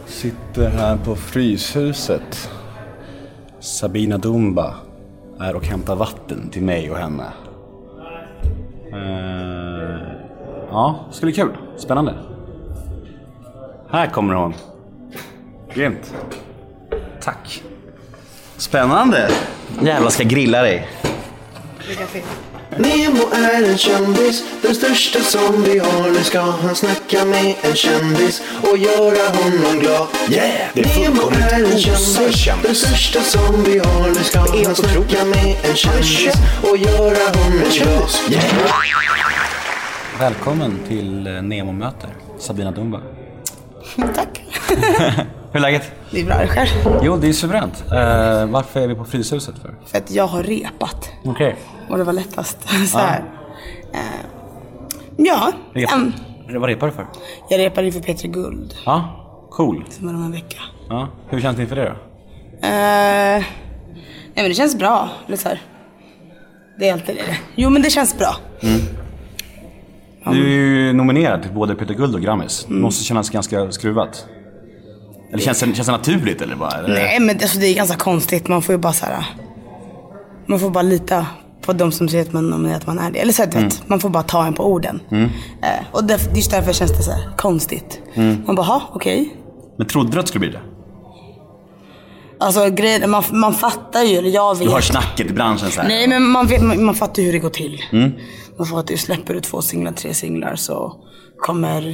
Sitter här på Fryshuset. Sabina Dumba är och hämtar vatten till mig och henne. Ja, det ska bli kul. Spännande. Här kommer hon. Grymt. Tack. Spännande. Jävlar, ska grilla dig. Nemo är en kändis, den största som vi har. Nu ska han snacka med en kändis och göra honom glad. Yeah, det är Nemo är en kändis, den största som vi har. Nu ska han snacka med en kändis och göra honom glad. Yeah. Välkommen till Nemo möter Sabina Dumba. Tack. Hur är läget? Det är bra, det själv. Jo, det är suveränt. Varför är vi på Fryshuset för? För att jag har repat. Okej. Och det var lättast. Så här. Ja. Vad repar du för? Jag repade för Peter Guld. Ja, cool. Som var om en vecka. Ja. Hur känns det inför det då? Nej, men det känns bra. Lite så här. Det är alltid det. Jo, men det känns bra. Du är ju nominerad till både Peter Guld och Grammis. Det måste kännas ganska skruvat. Eller känns det naturligt eller bara? Eller? Nej, men alltså, det är ganska konstigt. Man får ju bara så här. Man får bara lita på de som säger att man nominerar att man är det. Eller så att man får bara ta en på orden. Och just därför känns det så här konstigt. Man bara, okej. Men trodde du att det skulle bli det? Alltså grejen, man fattar ju, eller jag vet. Du har snacket i branschen så här. Nej, men man fattar ju hur det går till. Man får att du släpper du 2 singlar, 3 singlar så kommer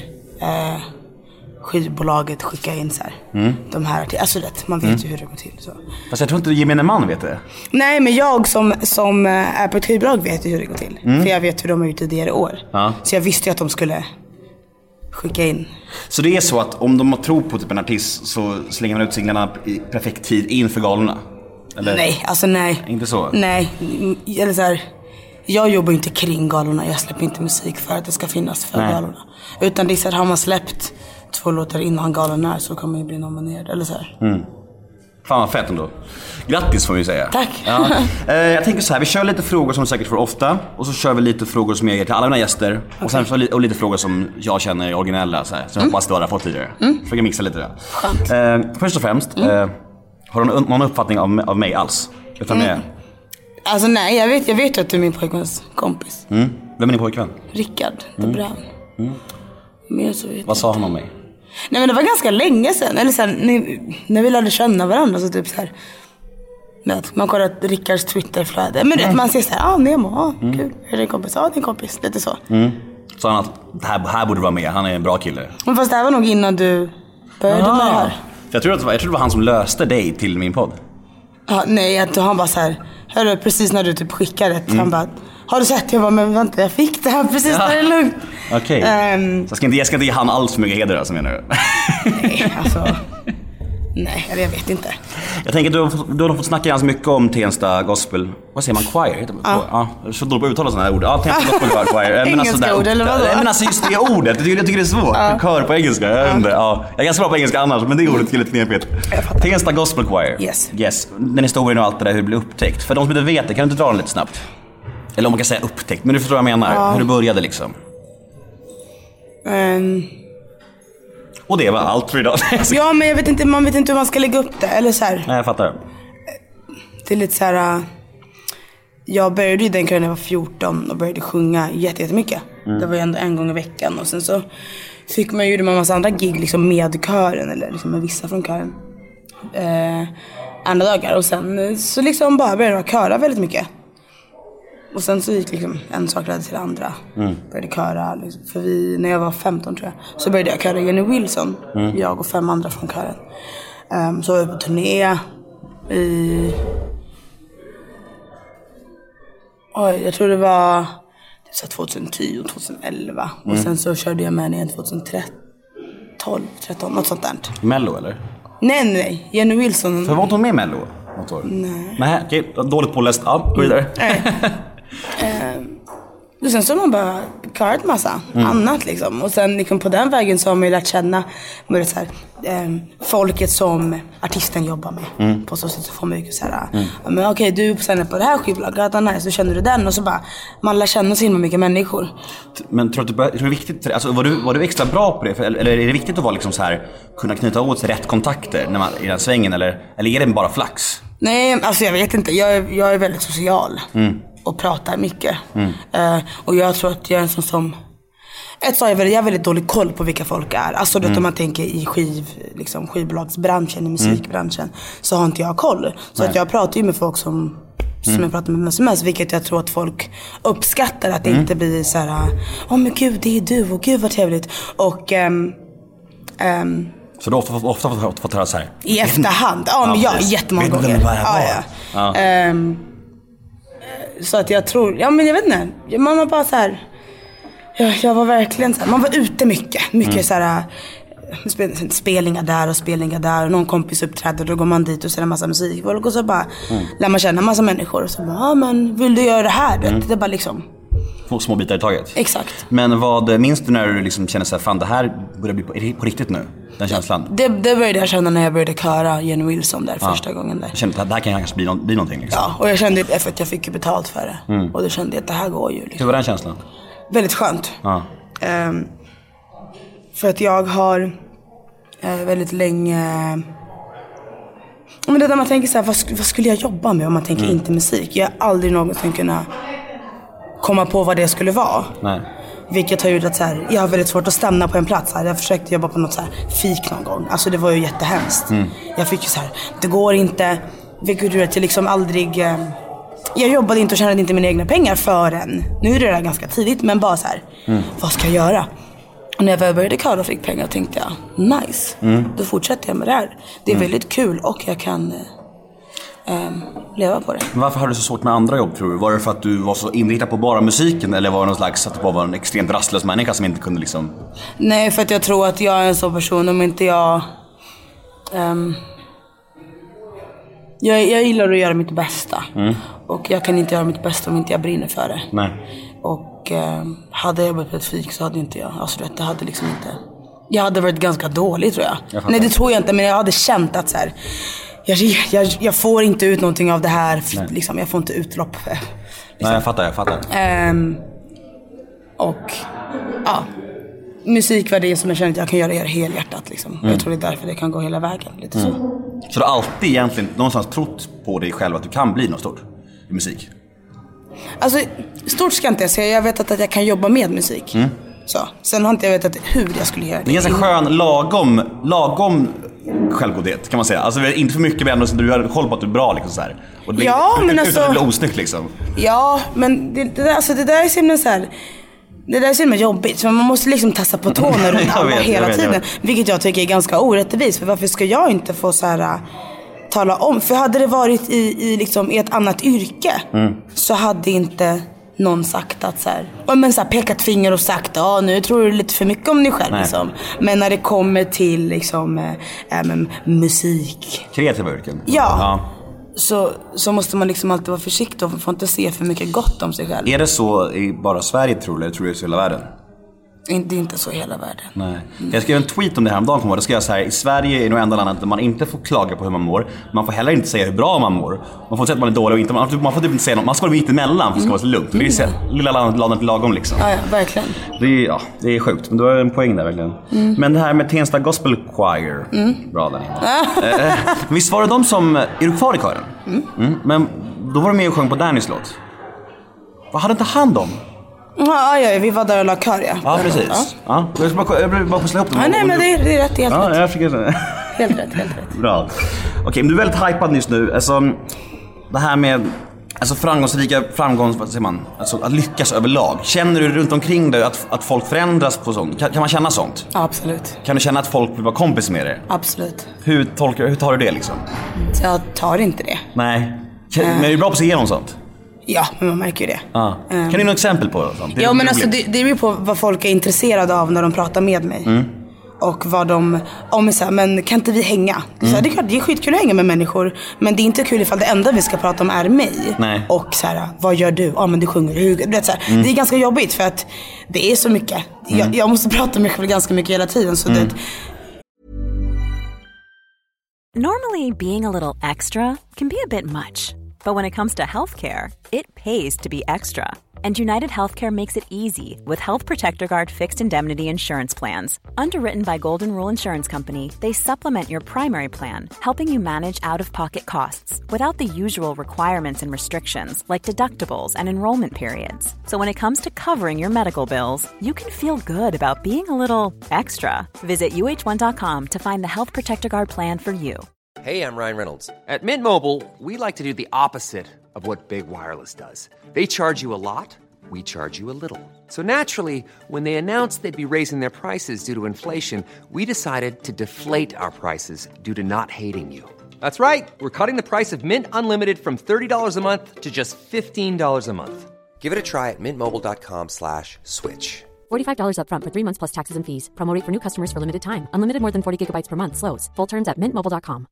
skivbolaget skicka in så här. De här alltså rätt, man vet ju hur det går till så. Fast jag tror inte gemene man vet det. Nej, men jag som är på ett skivbolag vet ju hur det går till. För jag vet hur de har gjort tidigare år. Så jag visste ju att de skulle skicka in. Så det är så att om de har tro på typ en artist så slänger man ut singlarna i perfekt tid inför galorna? Eller? Nej, alltså nej. Inte så? Nej, eller så här, jag jobbar inte kring galorna. Jag släpper inte musik för att det ska finnas för galorna. Utan det är så här, har man släppt 2 låtar innan galorna så kommer man bli nominerad. Eller så här. Fan vad fett ändå. Grattis får vi säga. Tack. Ja. Jag tänker så här, vi kör lite frågor som säkert får ofta. Och så kör vi lite frågor som jag ger till alla mina gäster. Och sen så lite frågor som jag känner är originella så här, som jag hoppas du har fått tidigare. Försöker mixa lite där. Först och främst, har du någon uppfattning av mig alls? Utan Alltså nej, jag vet att du är min pojkväns kompis. Vem är din pojkvän? Rickard de Braun. Mer så vet Vad sa han om mig? Nej, men det var ganska länge sedan. Eller sen när vi lärde känna varandra så typ så här. Man kollar att Rickards Twitterflöde. Men det, man ser så här, Nemo, kul. Är det en kompis? Ja, det är en kompis. Lite så. Sa han att det här borde vara med, han är en bra kille. Men fast det här var nog innan du började med det här. Jag tror det var han som löste dig till min podd. Ja, nej, han bara så här. Hörru, precis när du typ skickade det. Han bara, har du sett? Jag bara, men vänta, jag fick det här precis när det är lugnt. Okej. Så jag ska inte ge han alls för mycket heder alltså, menar du? Nej, alltså. Nej, jag vet inte. Jag tänker du har fått snacka ganska mycket om Tensta Gospel. Vad säger man? Choir heter det? Ja, så dåligt på att uttala sådana här ord. Ja, Tensta Gospel Choir. Engelska ord, eller vadå? Men alltså just det ordet, jag tycker det är svårt. Kör på engelska, jag vet inte. Ja, jag är ganska bra på engelska annars, men det ordet är lite knepigt. Tensta Gospel Choir. Yes. Den historien och allt det där, hur det blir upptäckt. För de som inte vet det, kan du inte dra den lite snabbt? Eller om man kan säga upptäckt, men du förstår vad jag menar. Hur det började liksom. Och det var allt för idag. Ja, men jag vet inte, man vet inte hur man ska lägga upp det. Eller så här. Nej, jag fattar. Det är lite så här. Jag började ju den kören när jag var 14 och började sjunga jättemycket. Det var ju ändå en gång i veckan. Och sen så fick man ju en massa andra gig liksom med kören. Eller liksom med vissa från kören. Andra dagar. Och sen så liksom bara började jag köra väldigt mycket. Och sen så gick liksom en sak ledde till det andra. Började köra liksom, för när jag var 15 tror jag, så började jag köra Jenny Wilson. Jag och 5 andra från kören. Så var vi på turné i jag tror det var så 2010 och 2011. Och sen så körde jag med igen 2013, något sånt där. Mello eller? Nej, Jenny Wilson. För var inte hon med i Mello? Nej, okej, dåligt påläst. Ja, gå vidare. Och sen så har man bara klarat massa annat liksom. Och sen liksom på den vägen så har man ju lärt känna så här, folket som artisten jobbar med. På så sätt så får man ju så här, men okej, du är sen på det här skivbolaget, så känner du den. Och så bara, man lär känna så himla mycket människor. Men tror du det är viktigt, alltså, var du extra bra på det? Eller är det viktigt att vara liksom så här, kunna knyta åt sig rätt kontakter när man, i den svängen? Eller är det bara flax? Nej, alltså jag vet inte. Jag är väldigt social. Och pratar mycket. Och jag tror att jag är en sån som... jag har väldigt dålig koll på vilka folk är. Alltså om man tänker i skivbolagsbranschen, i musikbranschen, så har inte jag koll. Så att jag pratar ju med folk som jag pratar med sms, vilket jag tror att folk uppskattar. Att det inte blir så här: men gud, det är du, och gud vad trevligt. Och... så du har ofta fått höra så här? I efterhand? Men jättemånga gånger. Så att jag tror, men jag vet inte. Man var bara så här. Jag var verkligen så här, man var ute mycket så här, spelningar där och spelningar där, och någon kompis uppträder, då går man dit och ser en massa musik och så bara lär man känna en massa människor och så bara, men vill du göra det här? Det är bara liksom små bitar i taget. Exakt. Men vad minns du när du liksom kände så här, fan det här börjar bli på riktigt nu? Den känslan. Det började jag känna när jag började köra Jenny Wilson där första gången där. Jag kände att det här kan kanske bli någonting liksom. Ja, och jag kände det för att jag fick ju betalt för det. Och då kände jag att det här går ju liksom. Hur var den känslan? Väldigt skönt. För att jag har väldigt länge... Men det där man tänker så här, vad skulle jag jobba med om man tänker inte musik? Jag har aldrig någonsin kunnat komma på vad det skulle vara. Nej. Vilket har gjort att så här, jag har väldigt svårt att stanna på en plats här. Jag försökte jobba på något så här fik någon gång. Alltså det var ju jättehemskt. Jag fick ju så här, det går inte. Vilket gjorde att jag liksom aldrig... jag jobbade inte och tjänade inte mina egna pengar förrän. Nu är det där ganska tidigt, men bara så här, vad ska jag göra? Och när jag började köra och fick pengar tänkte jag, nice. Då fortsätter jag med det här. Det är väldigt kul och jag kan leva på det. Men varför hade du så svårt med andra jobb, tror du? Var det för att du var så inriktad på bara musiken? Eller var det någon slags att du bara var en extremt rastlös människa som inte kunde liksom... Nej, för att jag tror att jag är en sån person. Om inte jag... Jag gillar att göra mitt bästa. Och jag kan inte göra mitt bästa om inte jag brinner för det. Nej. Och hade jag jobbat på ett fik så hade inte jag... Alltså det hade liksom inte... Jag hade varit ganska dålig, tror jag. Nej, det tror jag inte, men jag hade känt att så här... Jag får inte ut någonting av det här liksom, jag får inte utlopp liksom. Nej, jag fattar. Och ja, musik var det som jag kände att jag kan göra helhjärtat liksom. Jag tror det är därför det kan gå hela vägen lite så. Så du har alltid egentligen någonstans trott på dig själv att du kan bli något stort i musik? Alltså, stort ska inte jag säga. Jag vet att jag kan jobba med musik. Så. Sen har inte jag vetat hur jag skulle göra det. Det är ganska skön lagom självgodhet, kan man säga. Alltså inte för mycket, men du har koll på att du är bra liksom så här. Och det, men alltså, utan att det blir osnyggt liksom. Ja, men det där är så himla så här. Det där är så himla jobbigt, så man måste liksom tassa på tårna runt alla hela tiden. Vilket jag tycker är ganska orättvist. För varför ska jag inte få så här tala om? För hade det varit i ett annat yrke så hade inte någon sagt att så här, men så här, pekat finger och sagt nu tror du lite för mycket om dig själv liksom. Men när det kommer till liksom musik, kreativa yrken. Ja. Så måste man liksom alltid vara försiktig och får inte se för mycket gott om sig själv. Är det så i bara Sverige, tror du, eller tror du det är så i hela världen? Det är inte så i hela världen. Nej. Jag skrev en tweet om det här om dagen. Det ska jag säga, i Sverige är nog enda landet där man inte får klaga på hur man mår. Man får heller inte säga hur bra man mår. Man får säga att man är dålig och inte. Man får typ inte säga något. Man ska vara mitt emellan för att det ska vara så lugnt. Det är så lilla landet lagom liksom. Ja, verkligen. Det är sjukt. Men du har en poäng där verkligen. Men det här med Tensta Gospel Choir. Bra där. Visst var det de som... Är du kvar i kören? Men då var du med och sjöng på Dannys låt. Vad hade inte han dem? Ja, vi var där och la kör, ja. Ja, precis. Ja. Jag blev bara slå ihop dem. Nej, men det är rätt, helt rätt. Jag fick det. Helt rätt. Bra. Okej, men du är väldigt hypad just nu. Alltså, det här med vad säger man? Alltså, att lyckas överlag. Känner du runt omkring dig att folk förändras på sånt? Kan man känna sånt? Ja, absolut. Kan du känna att folk vill vara kompis med dig? Absolut. Hur tar du det liksom? Jag tar inte det. Nej. Men är du bra på att se igenom sånt? Ja, men man märker ju det. Kan du ge något exempel på sånt? Men alltså det är ju på vad folk är intresserade av när de pratar med mig. Och vad de, om så här, men kan inte vi hänga? Så här, det är klart, det är skitkul att hänga med människor. Men det är inte kul ifall det enda vi ska prata om är mig. Nej. Och så här, vad gör du? Ja men du sjunger, så här. Det är ganska jobbigt för att det är så mycket. Jag måste prata med mig själv ganska mycket hela tiden. Så det. Normally, being a little extra can be a bit much. But when it comes to healthcare, it pays to be extra. And United Healthcare makes it easy with Health Protector Guard fixed indemnity insurance plans. Underwritten by Golden Rule Insurance Company, they supplement your primary plan, helping you manage out-of-pocket costs without the usual requirements and restrictions like deductibles and enrollment periods. So when it comes to covering your medical bills, you can feel good about being a little extra. Visit uh1.com to find the Health Protector Guard plan for you. Hey, I'm Ryan Reynolds. At Mint Mobile, we like to do the opposite of what Big Wireless does. They charge you a lot, we charge you a little. So naturally, when they announced they'd be raising their prices due to inflation, we decided to deflate our prices due to not hating you. That's right. We're cutting the price of Mint Unlimited from $30 a month to just $15 a month. Give it a try at mintmobile.com/switch. $45 up front for 3 months plus taxes and fees. Promo rate for new customers for limited time. Unlimited more than 40 gigabytes per month. Slows full terms at mintmobile.com.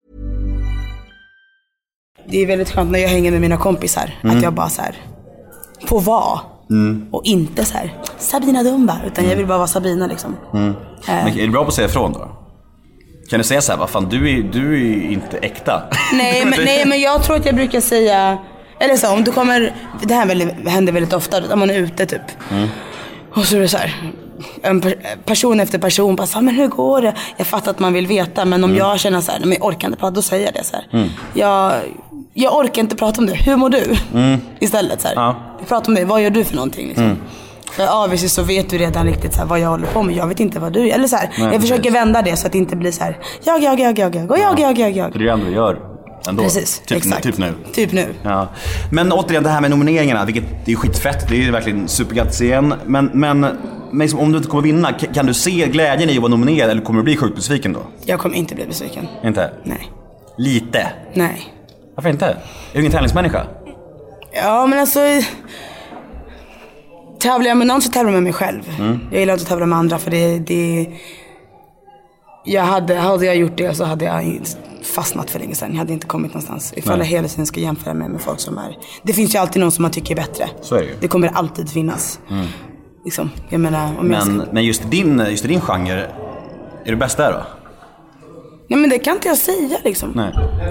Det är väldigt skönt när jag hänger med mina kompisar. Att jag bara så här får vara. Och inte så här Sabina Dumba. Utan jag vill bara vara Sabina liksom. Men är du bra på att säga ifrån då? Kan du säga så här, vad fan, du är inte äkta. Nej, men jag tror att jag brukar säga, eller så, om du kommer, det här händer väldigt ofta när man är ute typ. Och så är det så här, en person efter person bara så, men hur går det? Jag fattar att man vill veta, men om jag känner så här, men jag orkar inte prata, då säger jag det så här. Jag orkar inte prata om det. Hur mår du? Istället så här. Vi pratar om det. Vad gör du för någonting liksom? För obviously så vet du redan riktigt så här, vad jag håller på med. Jag vet inte vad du gör. Eller så här, jag försöker vända det så att det inte blir så här jag. Och jag. För det är ändå gör ändå. Precis, exakt. Typ nu. Ja. Men återigen det här med nomineringarna, vilket det är skitfett. Det är verkligen supergött igen. Men liksom, om du inte kommer vinna, kan du se glädjen i att vara nominerad, eller kommer du bli sjukt besviken då? Jag kommer inte bli besviken. Inte? Nej. Lite? Nej. Varför inte? Är du ingen tävlingsmänniska? Ja, men alltså, tävlar jag med någon så tävlar jag med mig själv. Jag gillar inte att tävla med andra, för hade jag gjort det så hade jag fastnat för länge sedan. Jag hade inte kommit någonstans. Ifall jag hela tiden ska jämföra mig med folk som är. Det finns ju alltid någon som man tycker är bättre. Så är det ju. Det kommer alltid finnas. Liksom, jag menar, men just din genre, är du bäst där då? Nej, men det kan inte jag säga liksom. Nej.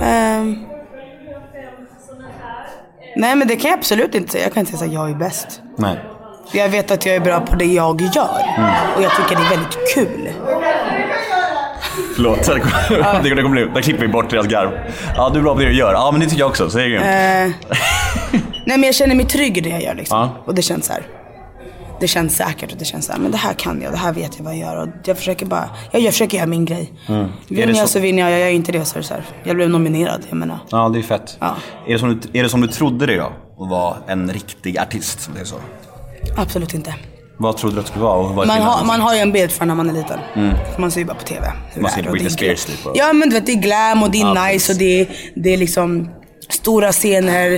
Nej, men det kan jag absolut inte säga. Jag kan inte säga att jag är bäst. Nej. Jag vet att jag är bra på det jag gör. Och jag tycker det är väldigt kul. Förlåt, det kommer bli. Där klipper vi bort deras garv. Ja, du är bra på det du gör. Ja, men det tycker jag också, så är det grymt. Nej, men jag känner mig trygg i det jag gör liksom. Och det känns så här. Det känns säkert och det känns så här, men det här kan jag, det här vet jag vad jag gör. Och jag försöker göra min grej. Vinner jag så vinner jag gör inte det så här. Jag blev nominerad, jag menar. Ja, det är fett. Ja. Är det som du trodde det då? Att vara en riktig artist, som det är så? Absolut inte. Vad trodde du att det skulle vara? Och Man har ju en bild för när man är liten. Man ser ju bara på TV. Man ser Britney Spears typ. Ja, men du vet, det är glam och det är nice. Och det är liksom stora scener,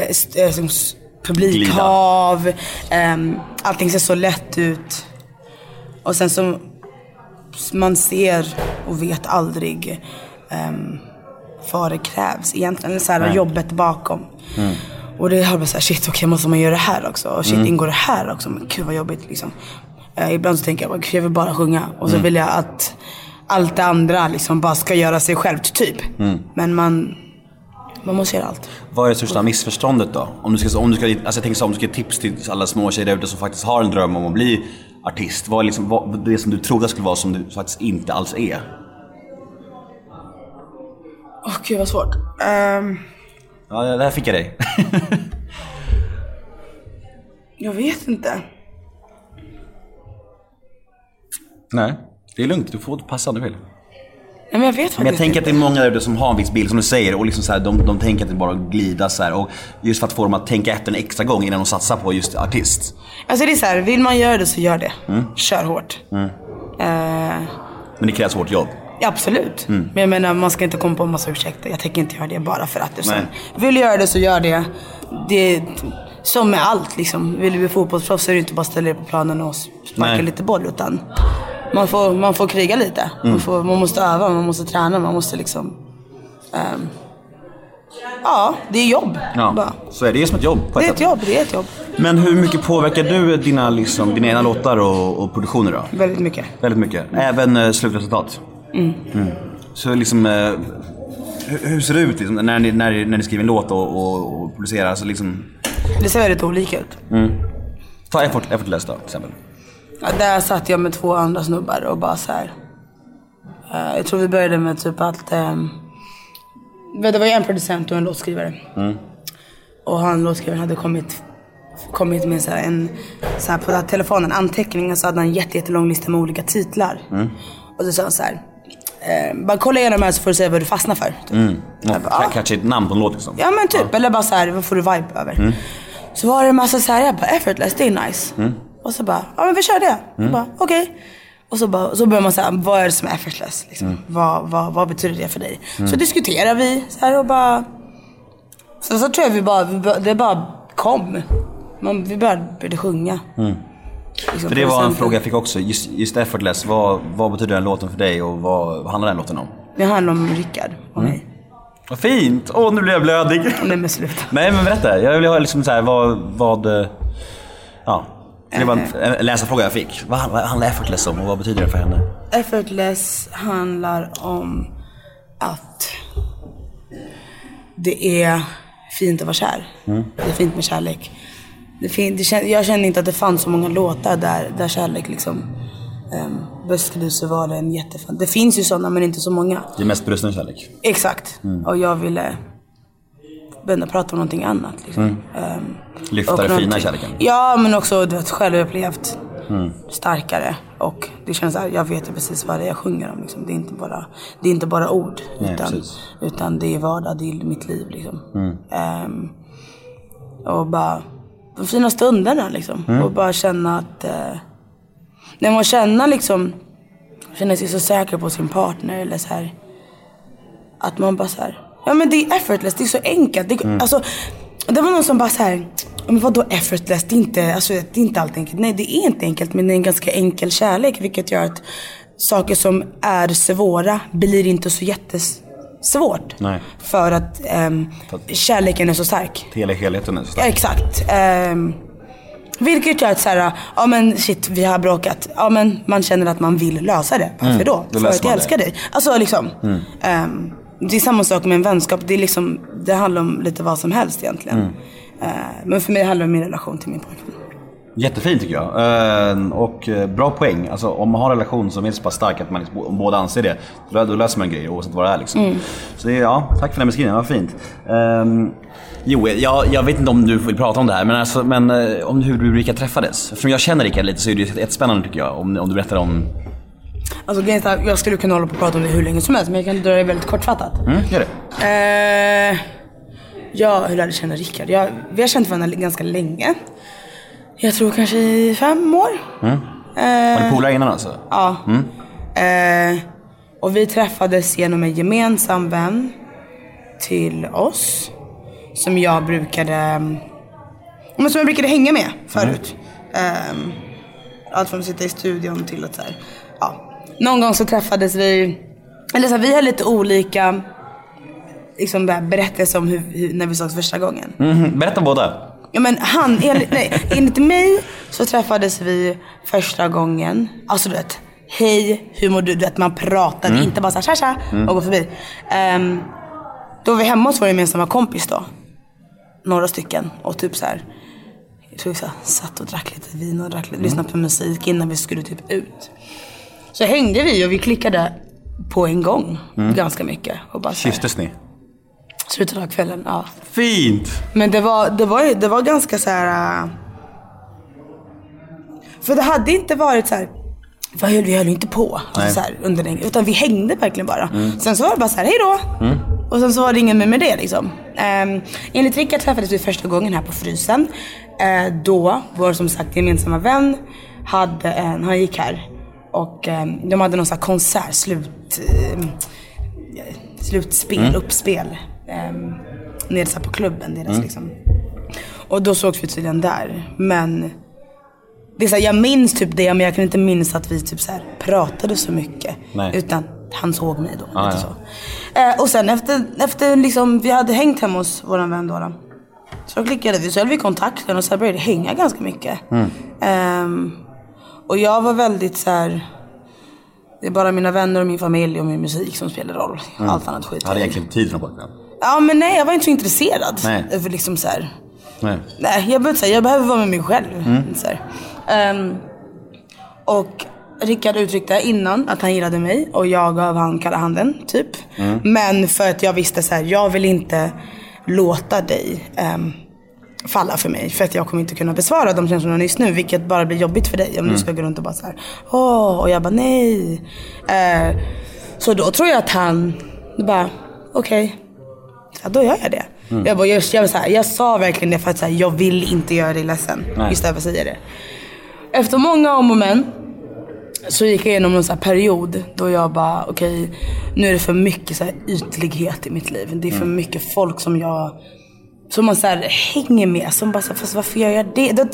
publikhav, allting ser så lätt ut. Och sen så man ser och vet aldrig vad det krävs egentligen, eller så här, jobbet bakom. Och det har bara så här, shit, okej, måste man göra det här också? Och shit, ingår det här också? Men gud vad jobbigt liksom. Ibland så tänker jag, jag vill bara sjunga. Och så vill jag att allt det andra liksom bara ska göra sig själv typ. Men man måste göra allt. Vad är det största missförståndet då? Om du ska alltså jag tänker så, om du ska ge tips till alla små tjejer där ute som faktiskt har en dröm om att bli artist. Vad är liksom det som du trodde skulle vara som du faktiskt inte alls är? Gud vad svårt. Ja, det här fick jag dig. Jag vet inte. Nej, det är lugnt. Du får passa om du vill. Nej, men jag vet men jag tänker att det är många där som har en viss bild som du säger. Och liksom så här, de tänker att det bara glida så här. Och just för att få dem att tänka efter en extra gång innan de satsar på just artist. Alltså det är så här, vill man göra det så gör det. Kör hårt. Men det krävs hårt jobb. Ja, absolut. Men jag menar, man ska inte komma på en massa ursäkter. Jag tänker inte göra det bara för att det. Vill göra det så gör det. Det är som med allt liksom. Vill du bli fotbollsproffs så är det inte bara ställa dig på planen och sparka lite boll, utan man får kriga lite. Man måste öva, man måste träna, man måste liksom ja, det är jobb. Ja, så är det som ett jobb på ett sätt. Det är ett jobb. Men hur mycket påverkar du dina egna låtar och produktioner då? Väldigt mycket. Även slutresultat? Så liksom hur ser det ut liksom, när ni skriver en låt och producerar så liksom... Det ser väldigt olika ut. Ta Effortless då, till exempel. Ja, där satt jag med 2 andra snubbar och bara så här. Jag tror vi började med typ att det var ju en producent och en låtskrivare. Och han låtskrivaren hade kommit med så här på telefonen anteckningar, så hade han en jättelång lista med olika titlar. Och så sa han så här: bara kolla igenom de här så får du säga vad du fastnar för. Kanske ett namn på en låt liksom. Ja men typ, eller bara så här, vad får du vibe över? Så var det en massa så här, jag bara Effortless, det är nice. Och så bara, ja men vi kör det. Jag bara, okej. Och så börjar man säga, vad är det som är effortless liksom? Vad betyder det för dig? Så diskuterar vi så här och bara så tror jag det bara kom. Vi började sjunga. Liksom, för det var en fråga jag fick också, just Effortless, vad betyder den låten för dig och vad handlar den låten om? Det handlar om Rickard och mig. Vad fint! Nu blir jag blödig. Nej men sluta. Nej men berätta, jag vill ha liksom så här, det var en läsarfråga jag fick. Vad handlar Effortless om och vad betyder det för henne? Effortless handlar om att det är fint att vara kär. Det är fint med kärlek. Jag känner inte att det fanns så många låtar där kärlek liksom beskrivs var det en jättefan. Det finns ju sådana men inte så många. Det är mest brustande kärlek. Exakt. Och jag ville prata om någonting annat liksom. Lyfta det fina kärleken. Ja, men också självupplevt starkare. Och det känns så här, jag vet precis vad det är jag sjunger om liksom. Det är inte bara ord. Nej, utan det är vardag, det är mitt liv liksom. Och bara de fina stunderna liksom. Och bara känna att när man känner sig så säker på sin partner eller så här, att man bara så här, ja men det är effortless, det är så enkelt. Alltså, det var någon som bara så här, men vadå effortless? Det är inte allt enkelt. Nej, det är inte enkelt, men det är en ganska enkel kärlek, vilket gör att saker som är svåra blir inte så jättesvårt. Nej. För att kärleken är så stark. Hela helheten är så stark. Ja, exakt. Vilket gör att så här, ja men shit, vi har bråkat. Ja men man känner att man vill lösa det. Varför då? För att jag älskar dig. Alltså liksom. Det är samma sak med en vänskap. Det är liksom, det handlar om lite vad som helst egentligen. Men för mig handlar det om min relation till min pojkvän. Jättefint tycker jag. Och bra poäng. Alltså om man har en relation som är så pass stark att man liksom, båda anser det, då löser man grejer oavsett vad det är liksom. Så det, ja, tack för den beskrivningen, vad fint. Jo, jag vet inte om du vill prata om det här, men om hur du Rickard träffades. Eftersom jag känner Rickard lite så är det ett spännande tycker jag, om du berättar om... Alltså jag skulle kunna hålla på och prata om det hur länge som helst, men jag kan dra det väldigt kortfattat. Gör det. Ja, hur lärde känna Rickard? Vi har känt varandra ganska länge. Jag tror kanske i 5 år. Var du polare innan alltså? Ja. Och vi träffades genom en gemensam vän till oss som jag brukade hänga med förut. Allt från att sitta i studion till att så här, ja. Någon gång så träffades vi, eller så här, vi har lite olika liksom berättelser om hur när vi sågs första gången. Berätta båda. Ja men enligt mig så träffades vi första gången. Alltså du vet, hej, hur mår du? Du vet, man pratade inte bara så här tja och går förbi. Då var vi hemma hos vår gemensamma kompis då. Några stycken och typ så här, jag tror så här, satt och drack lite vin och lyssnade på musik innan vi skulle typ ut. Så hängde vi och vi klickade på en gång ganska mycket och bara kysstes ni? Slutet av kvällen, ja. Fint. Men det var ganska så här. För det hade inte varit så här. Vi höll inte på alltså, så här, under den, utan vi hängde verkligen bara. Sen så var det bara så här, hej då. Och sen så var det ingen med det liksom. Enligt Rickard träffades vi första gången här på Frysen. Då var som sagt gemensamma vän han gick här och de hade någon sån här konsert slutspel, uppspel nere så på klubben deras liksom. Och då sågs vi tydligen där. Men Det är så här, jag minns typ det, men jag kan inte minnas att vi typ så här pratade så mycket. Nej. Utan han såg mig då. Lite så. Och sen efter liksom, vi hade hängt hemma hos våran vän då. Så klickade vi, så höll vi kontakten och så började det hänga ganska mycket. Och jag var väldigt så här. Det är bara mina vänner och min familj och min musik som spelar roll. Allt annat skit. Hade egentligen tid från pojkvän? Ja, men nej, jag var inte så intresserad. Nej. Över liksom så här. Nej, Jag behöver vara med mig själv. Så här. Och Rickard uttryckte innan att han gillade mig. Och jag gav han kalla handen, typ. Men för att jag visste så här, jag vill inte låta dig falla för mig. För att jag kommer inte kunna besvara de känslorna just nu. Vilket bara blir jobbigt för dig om du ska gå runt och bara så här. Och jag bara nej. Så då tror jag att han bara okej. Så då gör jag det. Jag sa verkligen det för att så här, jag vill inte göra dig ledsen. Just därför säger jag det. Efter många om och men så gick jag igenom en sån här period då jag bara okej, nu är det för mycket så här ytlighet i mitt liv. Det är för mycket folk som man så här hänger med, som bara så här, fast varför gör jag det?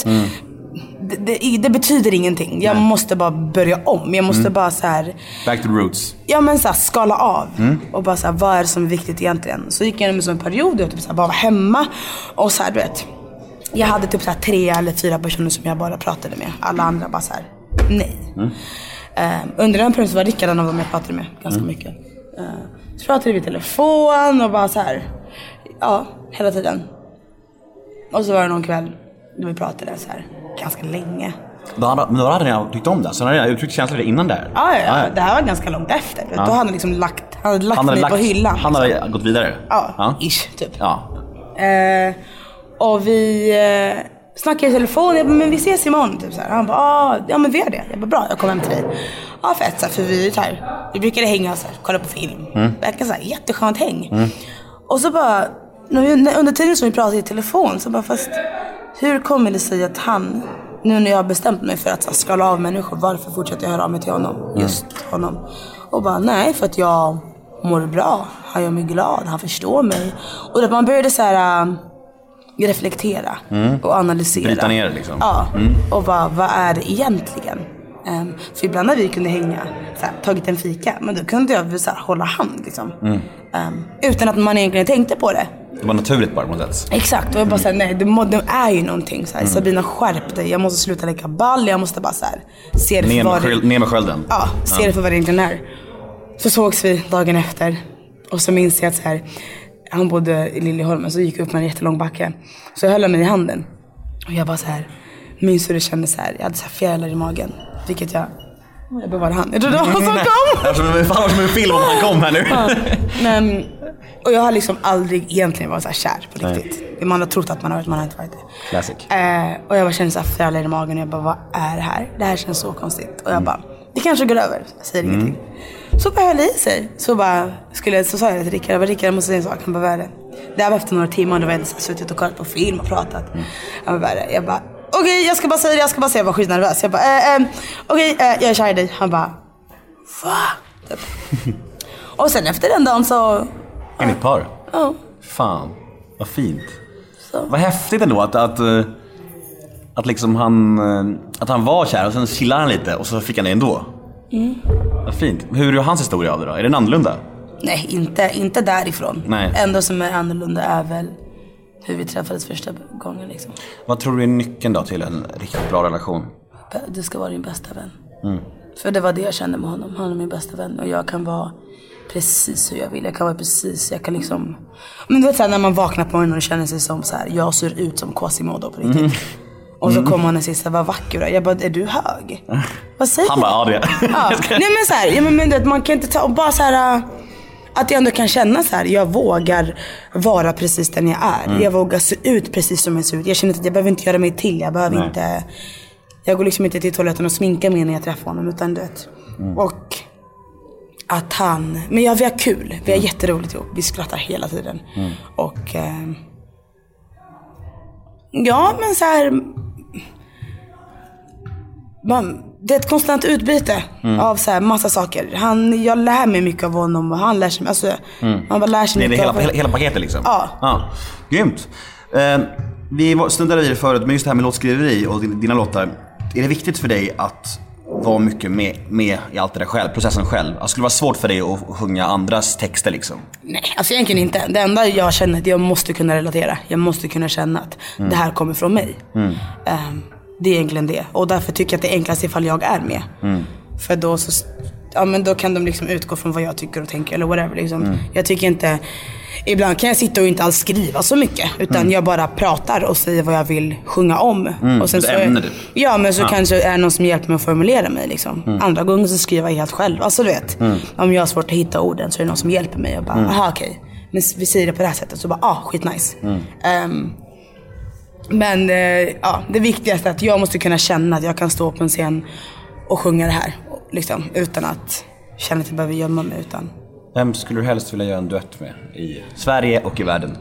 Det betyder ingenting. Jag måste bara börja om. Jag måste bara så här back to the roots. Ja, men så här, skala av och bara så här, vad är det som är viktigt egentligen? Så gick jag igenom en sån period och typ så här, bara var hemma och så här, du vet. Jag hade typ så här 3 eller 4 personer som jag bara pratade med. Alla andra bara så här nej. Under den perioden så var Rickard en av dem jag pratade med ganska mycket. Så pratade vi i telefon och bara så här. Ja, hela tiden. Och så var det någon kväll då vi pratade så här ganska länge. Men då hade jag tyckt om det. Så hade jag uttryckt känslor innan där. Ja. Det här var ganska långt efter. Då hade han liksom lagt mig på hyllan. Han hade gått vidare. Ja, ish, typ. Ja. Och vi snackade i telefon. Jag bara, men vi ses imorgon typ så här. Han bara, ja men vi gör det. Jag bara, bra, jag kommer hem till dig. Ja, fett så här, för vi brukade hänga så här, kolla på film. Verkar så här, jätteskönt häng. Och så bara under tiden som vi pratade i telefon så bara, fast hur kommer det sig att han, nu när jag har bestämt mig för att så här, skala av människor, varför fortsätter jag höra av mig till honom? Just honom. Och bara, nej, för att jag mår bra. Han gör mig glad, han förstår mig. Och att man började så här reflektera och analysera. Bryta ner liksom. Ja, och bara, vad är det egentligen? För ibland när vi kunde hänga så här, tagit en fika, men då kunde jag så här, hålla hand liksom. Utan att man egentligen tänkte på det. Det var naturligt bara på något sätt. Exakt, och jag bara såhär, nej, det är ju någonting så här. Sabina, skärp dig, jag måste sluta leka ball. Jag måste bara så här, se det för vad det... Ner med skölden. Ja, se det för vad det egentligen är. Så sågs vi dagen efter. Och så minns jag att så här, han bodde i Liljeholmen, så gick jag upp med en jättelång backe. Så jag höll mig i handen. Och jag bara så här, minns hur det kändes så här. Jag hade så här fjärilar i magen. Vilket jag bevarade han. Jag trodde det var han som kom. Fan, som en film om han kom här nu. Men, och jag har liksom aldrig egentligen varit så här kär på riktigt. Man har trott att man har varit, man har inte varit det. Classic. Och jag bara kände så här fjärilar i magen. Och jag bara, vad är det här? Det här känns så konstigt. Och jag bara, det kanske går över. Jag säger ingenting. Så bara höll i sig. Så sa jag till Rickard, jag måste säga en sak. Han bara, vad är det? Det här var efter några timmar. Då var jag suttit och kollat på film och pratat. Han bara, jag bara, okej, jag ska bara säga det. Jag var skitnervös. Jag bara, okej, jag är kär i dig. Han bara, va? Typ. Och sen efter den dagen så... Är ni ett par? Ja. Fan, vad fint. Så. Vad häftigt ändå att liksom att han var kär och sen chillade han lite och så fick han det ändå. Vad fint. Hur är hans historia av det då? Är den annorlunda? Nej, inte därifrån. Nej. Ändå som är annorlunda är väl hur vi träffades första gången liksom. Vad tror du är nyckeln då till en riktigt bra relation? Du ska vara din bästa vän. För det var det jag kände med honom. Han är min bästa vän. Och jag kan vara precis hur jag vill. Jag kan vara precis, jag kan liksom... Men du vet såhär, när man vaknar på morgonen och känner sig som så här, jag ser ut som Quasimodo på riktigt. Och så kommer han och säger, vad vacker du är. Jag bara, är du hög? Vad säger han? Han bara, ja det. Ja. Nej men såhär, men man kan inte ta och bara såhär... Att jag ändå kan känna så här, jag vågar vara precis den jag är. Jag vågar se ut precis som jag ser ut. Jag känner att jag behöver inte göra mig till. Jag behöver inte... Jag går liksom inte till toaletten och sminkar mig när jag träffar honom, utan du vet. Och att han... Men ja, vi har kul. Vi har jätteroligt ihop. Vi skrattar hela tiden. Och... ja, men så här... Det är ett konstant utbyte av så här massa saker. Jag lär mig mycket av honom och han lär sig. Alltså, man bara lär sig mycket av hela paketet liksom. Ja. Grymt. Vi snudade vid det förut, men just det här med låtskriveri och dina låtar. är det viktigt för dig att vara mycket med i allt det där själv, processen själv? Alltså, skulle det vara svårt för dig att sjunga andras texter liksom? Nej, alltså egentligen inte. Det enda jag känner är att jag måste kunna relatera. Jag måste kunna känna att det här kommer från mig. Det är egentligen det. Och därför tycker jag att det är enklast ifall jag är med. För då så... Ja, men då kan de liksom utgå från vad jag tycker och tänker eller whatever liksom. Jag tycker inte... Ibland kan jag sitta och inte alls skriva så mycket. Utan jag bara pratar och säger vad jag vill sjunga om. Och sen så ja, men så kanske är någon som hjälper mig att formulera mig liksom. Andra gånger så skriver jag helt själv. Alltså du vet, om jag har svårt att hitta orden så är det någon som hjälper mig. Och bara, aha okej. Men vi säger det på det här sättet. Så bara, skitnice. Men ja, det viktigaste är att jag måste kunna känna att jag kan stå på en scen och sjunga det här. Liksom, utan att känna att jag behöver gömma mig. Utan... Vem skulle du helst vilja göra en duett med i Sverige och i världen?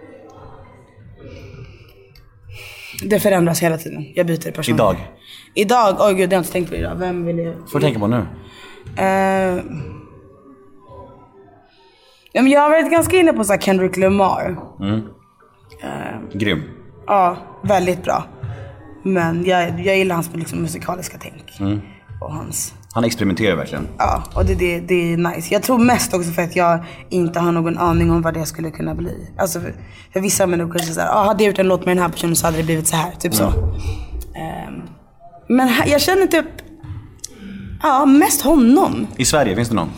Det förändras hela tiden. Jag byter person. Idag? Oj gud, det har jag inte tänkt på idag. Vem vill jag... Får du tänka på nu? Ja, men jag har varit ganska inne på så här Kendrick Lamar. Grym. Ja, väldigt bra. Men jag gillar hans liksom musikaliska tänk. Och hans... Han experimenterar verkligen. Ja, och det är nice. Jag tror mest också för att jag inte har någon aning om vad det skulle kunna bli. Alltså för vissa människor kanske såhär, hade jag gjort en låt med den här personen så hade det blivit så här, typ så. Men jag känner typ, mest honom. I Sverige, finns det någon?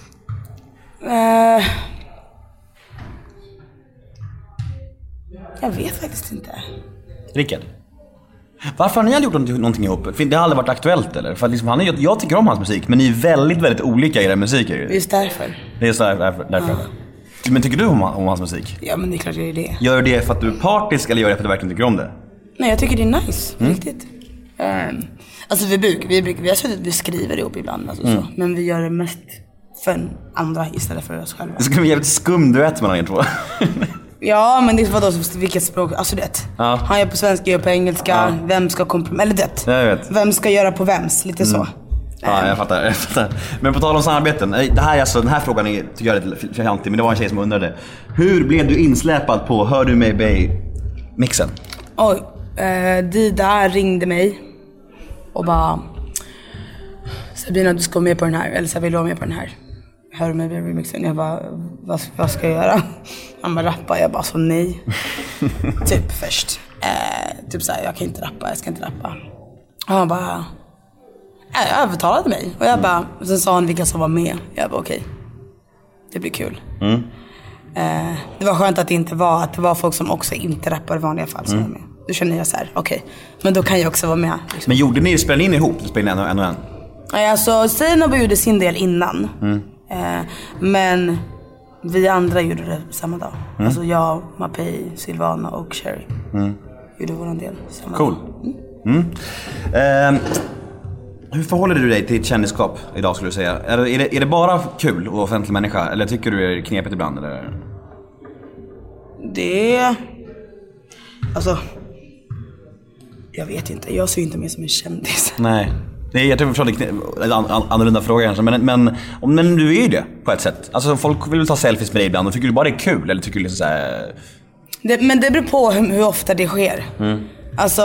Jag vet faktiskt inte. Rickard? Varför har ni aldrig gjort någonting ihop? Det har aldrig varit aktuellt eller? För liksom, jag tycker om hans musik, men ni är väldigt, väldigt olika i era musiker. Just därför. Det är därför. Men tycker du om hans musik? Ja, men det är klart jag gör det. Gör du det för att du är partisk eller gör du det för att du verkligen tycker om det? Nej, jag tycker det är nice, riktigt. Alltså vi skriver ihop ibland alltså, så. Men vi gör det mest för andra istället för oss själva. Det skulle bli jävligt skum duett mellan er två. Ja, men det var då vilket språk, alltså det. Han gör på svenska, jag på engelska. Vem ska eller det. Jag vet. Vem ska göra på vems, lite så. Ja, jag fattar. Men på tal om samarbeten, det här, alltså, den här frågan är, tycker jag är lite fjantig, men det var en tjej som undrade. Hur blev du insläpad på Hör du mig Bay-mixen? Oj, Dida ringde mig och bara, Sabina, du ska vara med på den här, eller så vill du vara med på den här Hör du mig Bay-mixen? Jag bara, vad ska jag göra? Han bara, rappa. Jag bara, så nej. Typ först. Typ såhär, jag kan inte rappa, jag ska inte rappa. Och han bara, jag övertalade mig. Och jag bara, och sen sa han vilka som var med. Jag bara, okej. Det blir kul. Det var skönt att det inte var, att det var folk som också inte rappar i vanliga fall som var med. Då känner jag såhär, okej. Men då kan jag också vara med. Liksom. Men gjorde ni, spelade in ihop? Spelade en och en? Alltså, Seinabo gjorde sin del innan. Men vi andra gjorde det samma dag. Alltså jag, Mapei, Silvana och Sherry gjorde våran del samma cool. dag. Hur förhåller du dig till ditt kändisskap idag skulle du säga? Är det bara kul att vara offentlig människa? Eller tycker du det är knepigt ibland? Eller? Det... Alltså... Jag vet inte, jag ser inte mig som en kändis. Nej. Jag tror det är en annorlunda fråga kanske, men du är ju det på ett sätt. Alltså folk vill ta selfies med dig ibland och tycker du bara det är kul eller tycker du liksom så här... Men det beror på hur ofta det sker. Alltså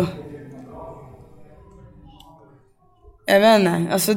jag vet inte, alltså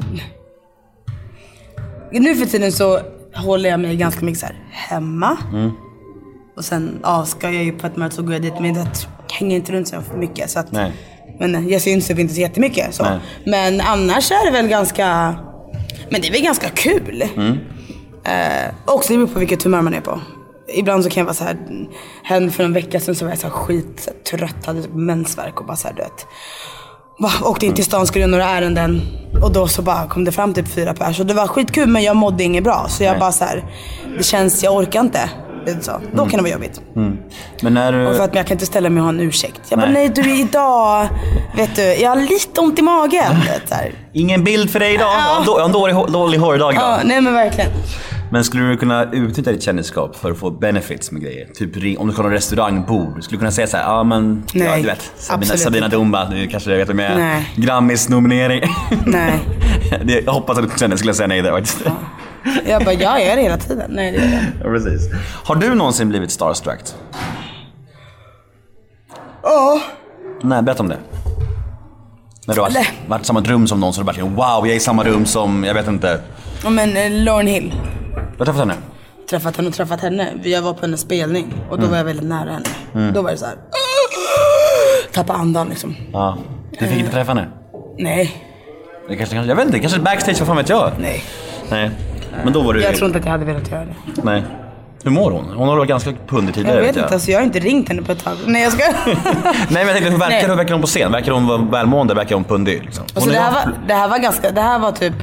nu för tiden så håller jag mig ganska mycket så här hemma. Och sen ska jag ju på ett möte så går jag dit, men det hänger inte runt så för mycket så att nej. Men jag syns typ inte så jättemycket så. Men annars är det väl ganska... Men det är väl ganska kul. Också det beror på vilket humör man är på. Ibland så kan jag vara så här. För en vecka sedan så var jag så här skit så här, trött, hade typ mensvärk och bara så här, du vet. Åkte in till stan, skulle göra några ärenden. Och då så bara kom det fram typ 4 personer. Och det var skitkul, men jag mådde inget bra. Så jag bara så här, det känns, jag orkar inte. Så. Då kan det vara jobbigt. Men när du... Och för att jag kan inte ställa mig och ha en ursäkt. Jag bara, nej du, idag vet du, jag har lite ont i magen. Så här. Ingen bild för dig idag. Jag har en dålig hårdag idag. Nej men verkligen. Men skulle du kunna utnyttja ditt kändisskap för att få benefits med grejer? Typ om du ska ha en restaurangbord. Skulle du kunna säga så här, men nej, ja, du vet, Sabina Dumba, du kanske vet med Grammis-nominering. Nej. Jag hoppas att du skulle säga nej där faktiskt. Jag bara, jag gör det hela tiden. Nej, det gör jag. Ja, precis. Har du någonsin blivit starstruck? Ja. Nej, berätta om det. När du har varit i samma rum som någon så du bara wow, jag är i samma rum som, jag vet inte. Ja men Lauryn Hill. Du har träffat henne? Träffat henne. Jag var på en spelning och då var jag väldigt nära henne. Då var det så här. Tappa andan liksom. Ja. Du fick inte träffa henne? Nej. Det kanske, jag vet inte, kanske backstage, vad fan vet jag? Nej. Men då var det... Jag tror inte att jag hade velat göra det. Nej. Hur mår hon? Hon har varit ganska pundig tidigare. Jag vet inte, alltså jag har inte ringt henne på ett tag. Nej jag ska. Nej men jag tänkte, hur verkar hon på scen? Verkar hon vara välmående? Verkar hon pundig liksom? Alltså, det här var typ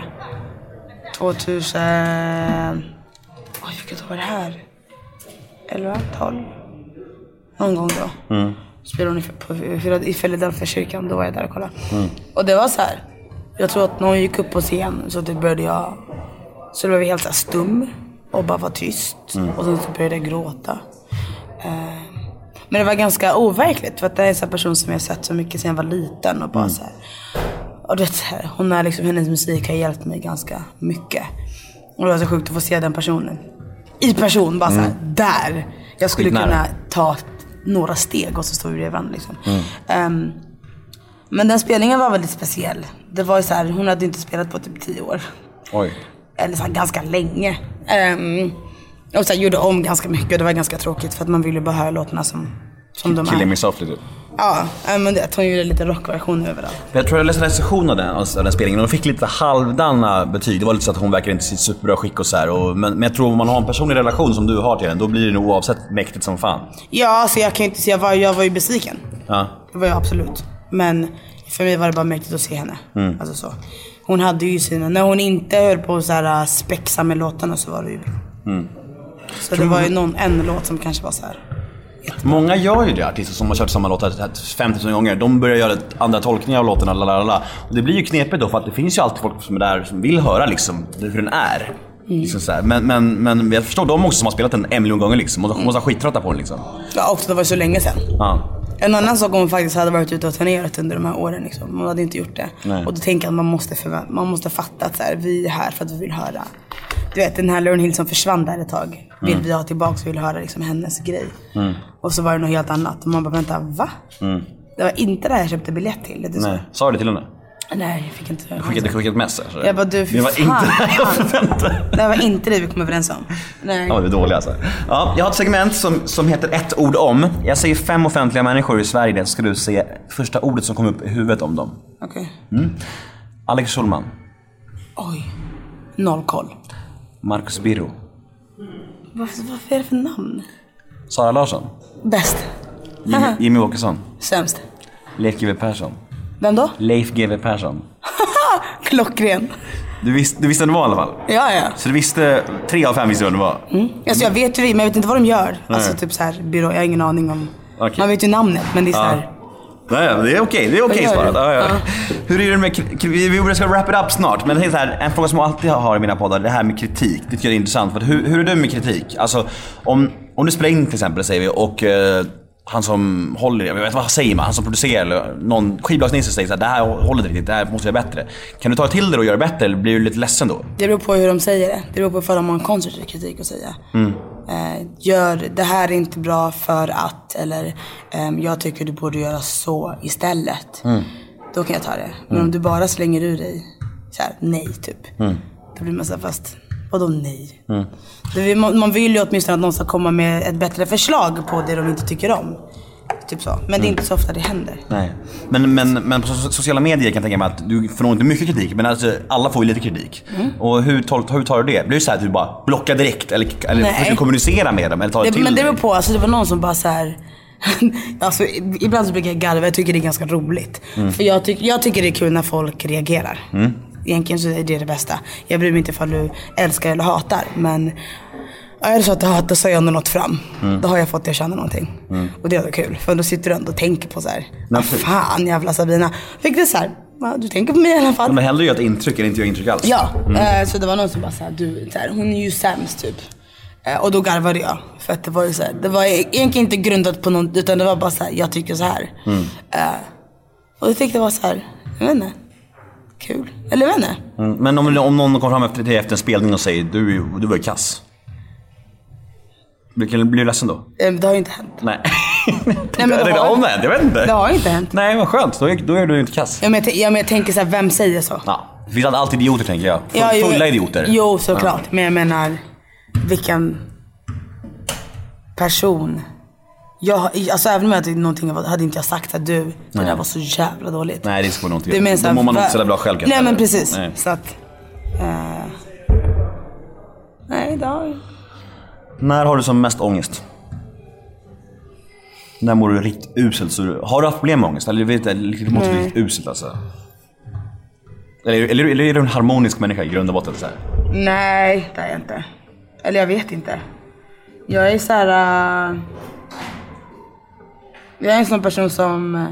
2000... Oj, vilket år var det här? 11, 12? Någon gång då. Spelade hon i Philadelphia kyrkan. Då var jag där och kollade. Och det var så här. Jag tror att när hon gick upp på scen så det började jag... Så det blev helt så här stum. Och bara var tyst. Och sen så började jag gråta. Men det var ganska overkligt. För att det är en sån person som jag sett så mycket sedan jag var liten. Och bara så här. Och det här, hon är liksom, hennes musik har hjälpt mig ganska mycket. Och det var så sjukt att få se den personen i person, bara så här, där. Jag skulle kunna ta några steg och så står vi bredvid varandra liksom. Men den spelningen var väldigt speciell. Det var ju så här, hon hade inte spelat på typ 10 år. Oj. Eller så här, ganska länge. Och så här, gjorde om ganska mycket och det var ganska tråkigt för att man ville bara höra låtarna som de är. Killing Me Softly typ. Ja, men det hon gjorde lite rockversion överallt. Jag tror jag läste en recension av den spelningen och de fick lite halvdana betyg. Det var lite så att hon verkar inte sitt superbra skick och så här. Men jag tror om man har en personlig relation som du har till henne, då blir det nog oavsett mäktigt som fan. Ja, alltså jag kan inte säga, jag var ju besviken. Ja. Det var jag absolut. Men för mig var det bara mäktigt att se henne. Alltså så. Hon hade ju sina, när hon inte höll på så här spexa med låtarna så var det ju bra. Så det var ju en låt som kanske var så här. Många gör ju det, artister som har kört samma låtar 50 000 gånger. De börjar göra andra tolkningar av låtarna, lalala. Och det blir ju knepigt då, för att det finns ju alltid folk som är där som vill höra liksom hur den är. Liksom så här. Men jag förstår de också som har spelat den 1 miljon gånger liksom. Och de måste ha skittrötta på den liksom. Ja, också det var så länge sedan. Ja. En annan sak om hon faktiskt hade varit ute och turnerat under de här åren liksom. Hon hade inte gjort det. Nej. Och då tänker jag att man måste fatta att så här, vi är här för att vi vill höra. Du vet, den här Lauryn Hill som försvann där ett tag. Vill vi ha tillbaka så vill höra liksom hennes grej. Och så var det något helt annat. Och man bara, vänta, va? Det var inte det här jag köpte biljett till. Det Nej, sa du det till henne? Nej, jag fick inte. Skickade ett mess. Jag bara, du, det var inte det jag förväntade. Det var inte det vi kom överens om. Nej. Ja, det är dåligt alltså. Ja, jag har ett segment som heter ett ord om. Jag säger 5 offentliga människor i Sverige. Så ska du se första ordet som kommer upp i huvudet om dem. Okej. Alex Schulman. Oj, 0 koll. Marcus Birro. Varför är det för namn? Sara Larsson. Bäst. Jimmy Åkesson. Sämst. Leif GW Persson. Vem då? Leif GW Persson. Klockren. Du visste vem det var i alla fall? Ja. Så du visste, 3 av 5 visste vem det var? Alltså jag vet ju men jag vet inte vad de gör. Alltså typ så här, byrå, jag har ingen aning om. Okay. Man vet ju namnet, men det är så här. Nej, det är okej. Det är okej svarat. Ja. Hur är det med vi ska wrap it up snart, men det är så här, en fråga som jag alltid har i mina poddar, det här med kritik. Det tycker jag är intressant. För hur är du med kritik? Alltså om du spelar in till exempel, säger vi, och han som håller, jag vet vad säger man, han som producerar eller någon skivbolagsnisse säger så här, det här håller inte riktigt, det här måste jag göra bättre. Kan du ta till det och göra bättre eller blir du lite ledsen då? Det beror på hur de säger det. Det beror på ifall de har en konstruktiv kritik att säga. Gör det här är inte bra för att, eller jag tycker du borde göra så istället. Då kan jag ta det. Men om du bara slänger ur dig så här, nej typ. Då blir man så här, fast vadå nej? Man vill ju åtminstone att någon ska komma med ett bättre förslag på det de inte tycker om. Typ så. Men det är inte så ofta det händer. Nej. Men på sociala medier kan jag tänka mig att du får nog inte mycket kritik, men alltså, alla får ju lite kritik. Och hur tar du det? Blir det så här att du bara blockar direkt eller försöker kommunicera med dem eller tar det till? Men det beror på, alltså det var någon som bara så här. Alltså ibland så brukar jag garva, jag tycker det är ganska roligt. För jag tycker det är kul när folk reagerar. Egentligen så är det bästa. Jag bryr mig inte ifall du älskar eller hatar, men är det så att du hatar så har jag ändå nått fram. Då har jag fått att känna någonting. Och det är kul, för då sitter du ändå och tänker på så här. Vad fan jävla Sabina. Fick det så här, du tänker på mig i alla fall. Men hellre gör ett intryck än inte gör intryck alls. Ja, så det var någon som bara så här, du, så här, hon är ju sämst typ. Och då garvade jag. För att det var ju så här, det var egentligen inte grundat på något, utan det var bara så här, jag tycker så här. Och jag tyckte det var så här, jag vet inte, kul. Eller jag vet inte. Men om någon kommer fram efter en spelning och säger du var ju kass. Blir du ledsen då? Det har ju inte hänt. Nej. Nej, men jag vet inte. Det har inte hänt. Nej, vad skönt. Då är du inte kass. Ja, men jag tänker så här, vem säger så? Ja, det finns alltid idioter, tänker jag. Fulla idioter. Jo, såklart. Ja. Men jag menar, vilken person. Alltså även om jag någonting hade inte jag sagt att det där var så jävla dåligt. Nej, det är så någonting. Då mår man inte så bra själv. Nej, men precis. Nej. Så att nej, då. När har du som mest ångest? När mår du riktigt uselt? Har du haft problem med ångest? Eller vet du, riktigt uselt alltså? Eller är du en harmonisk människa i grund och botten så här? Nej, det är jag inte. Eller jag vet inte. Jag är så här. Jag är en sån person som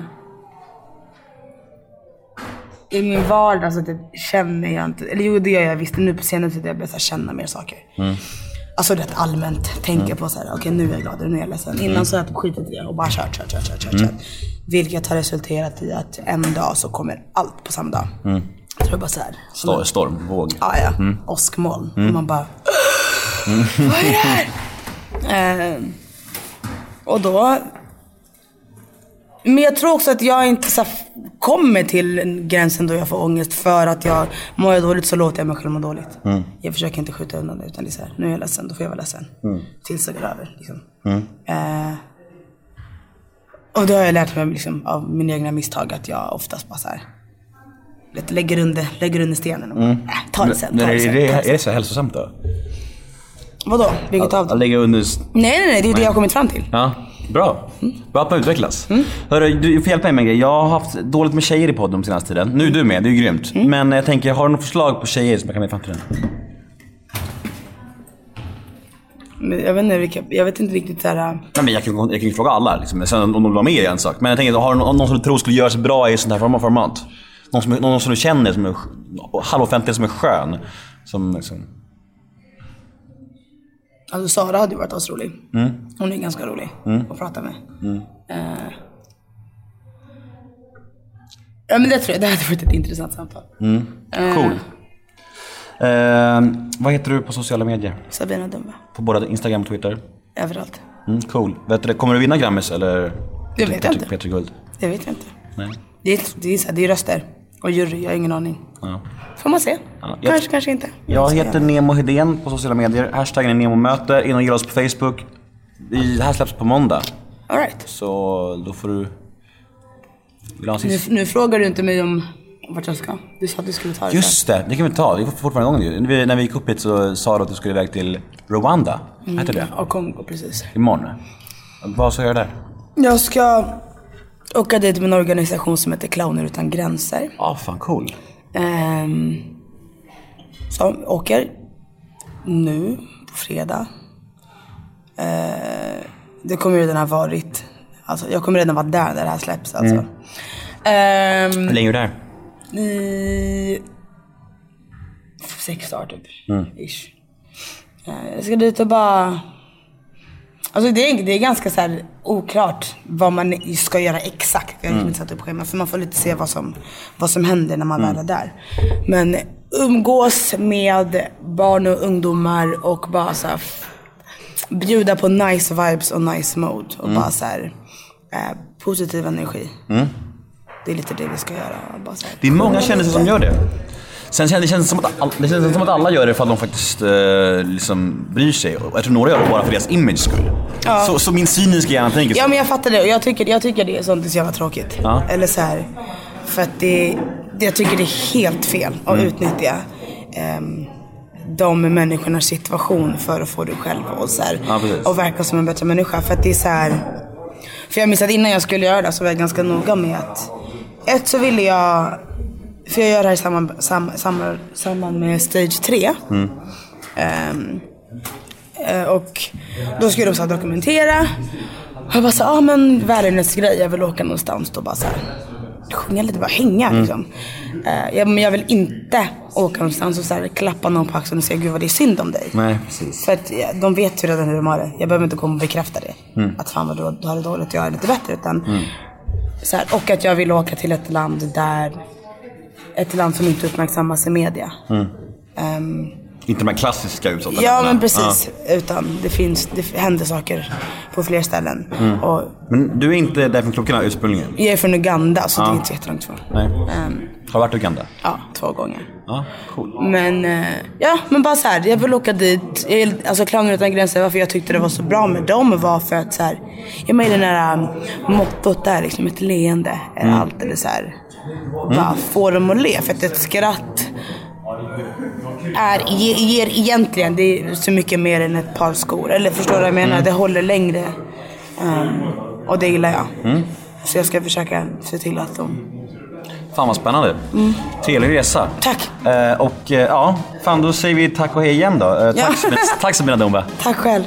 i min vardag så typ känner jag inte. Eller jo, det gör jag visst. Nu på senare tid jag börjar känna mer saker. Alltså rätt allmänt tänka på så här. Okej, nu är jag glad, nu är jag ledsen. Innan så har jag typ skitit i det och bara kört. Vilket har resulterat i att en dag så kommer allt på samma dag. Jag tror bara så här. Storm, våg. Ja. Åskmoln. Och man bara vad är det här? Och då. Men jag tror också att jag inte så kommer till gränsen då jag får ångest. För att jag mår dåligt så låter jag mig själv må dåligt. Jag försöker inte skjuta undan det, utan det är så här, nu är jag ledsen, då får jag vara ledsen. Tills det går över liksom. Och då har jag lärt mig liksom, av mina egna misstag att jag oftast bara så här lägger under stenen och ta det sen. Är det så hälsosamt då? Vadå? Vilket av dem? Lägga under... Nej, det är det jag har kommit fram till. Ja, bra. Bra att man utvecklas. Hörru, du får hjälpa mig med en grej. Jag har haft dåligt med tjejer i podden de senaste tiden. Nu är du med, det är ju grymt. Men jag tänker, har du något förslag på tjejer som jag kan med fram till den? Jag vet inte riktigt där. Nej, men jag kan ju fråga alla liksom. Sen om de vill vara med i en sak. Men jag tänker, har du någon som du tror skulle göra sig bra i sånt här format? Någon som du känner som är halvoffentlig, som är skön, som liksom... Alltså Sara hade ju varit asrolig. Hon är ganska rolig att prata med. Ja, men det tror jag. Det hade varit ett intressant samtal. Cool. Vad heter du på sociala medier? Sabina Dumba. På både Instagram och Twitter? Överallt. Cool. Vet du, kommer du vinna Grammis eller det vet jag inte. Peter Guld? Det vet jag inte. Nej. Det är röster. Och jury, jag har ingen aning. Ja. Får man se. Ja, kanske inte. Jag heter Nemo Hedén på sociala medier. Hashtaggen är NEMOMÖTE. In och gilla oss på Facebook. Det här släpps på måndag. All right. Så då får du... Nu frågar du inte mig om vart jag ska. Du sa att du skulle ta det. Just det kan vi ta. Det är fortfarande igång nu. När vi gick upp hit så sa du att du skulle iväg till Rwanda. Heter det? Och Kongo, precis. Imorgon. Vad ska jag göra där? Jag ska åka dit med en organisation som heter Clowner utan gränser. Fan cool. Så åker nu på fredag. Det kommer redan ha varit. Alltså, jag kommer redan vara där när det här släpps. Alltså. Hur länge är du där? I 6 dagar typ. Ish. Jag ska dit och bara... Alltså det är ganska så här oklart vad man ska göra exakt. Jag har inte satt upp schema, för man får lite se vad som händer när man väl är där. Men umgås med barn och ungdomar och bara så här, bjuda på nice vibes och nice mode. Och bara så här, positiv energi. Det är lite det vi ska göra. Bara så här, det är många kändisar som gör det. Sen det känns som att alla gör det för att de faktiskt liksom bryr sig. Och jag tror några gör det bara för deras image skull. Ja. Så min cyniska hjärna tänker så. Ja, men jag fattar det. Och jag tycker det är sånt, det är så jävla tråkigt. Ja. Eller så här, för att jag tycker det är helt fel att utnyttja de människornas situation för att få det själv och så här, och verka som en bättre människa. För att det är så här, för jag minns att innan jag skulle göra det så var jag ganska noga med att så ville jag, för jag gör det här i samband med Stage 3. Och då skulle de så här dokumentera. Och jag bara så men världens grej, jag vill åka någonstans då bara så här sjunga lite, bara hänga liksom. Men jag vill inte åka någonstans och så här klappa någon på axeln och säga gud vad det är synd om dig. Nej, precis. För att de vet ju redan hur de har det. Jag behöver inte komma och bekräfta det. Att fan vad du har det dåligt och jag är lite bättre, utan så här, och att jag vill åka till ett land som inte uppmärksammas i media. Inte de här klassiska utsatta Ja, länderna. men precis. Utan det händer saker på fler ställen. Och Men du är inte där från klockorna ursprungligen? jag är från Uganda, så det är inte så jättelångt från. Nej. Har du varit i Uganda? Ja, 2 gånger. Ja, cool. Men men bara så här, jag vill åka dit. Alltså Clowner utan gränser, varför jag tyckte det var så bra med dem var för att så här, jag menar den här mottot där liksom, ett leende är allt, eller så här, bara få dem att le, för att ett skratt ger egentligen, det är så mycket mer än ett par skor, eller förstår du vad jag menar, det håller längre, och det gillar jag. Så jag ska försöka se till att de... Fan vad spännande. Trevlig resa. Tack. Fan då säger vi tack och hej igen då. Tack Sabina Dumba. Tack själv.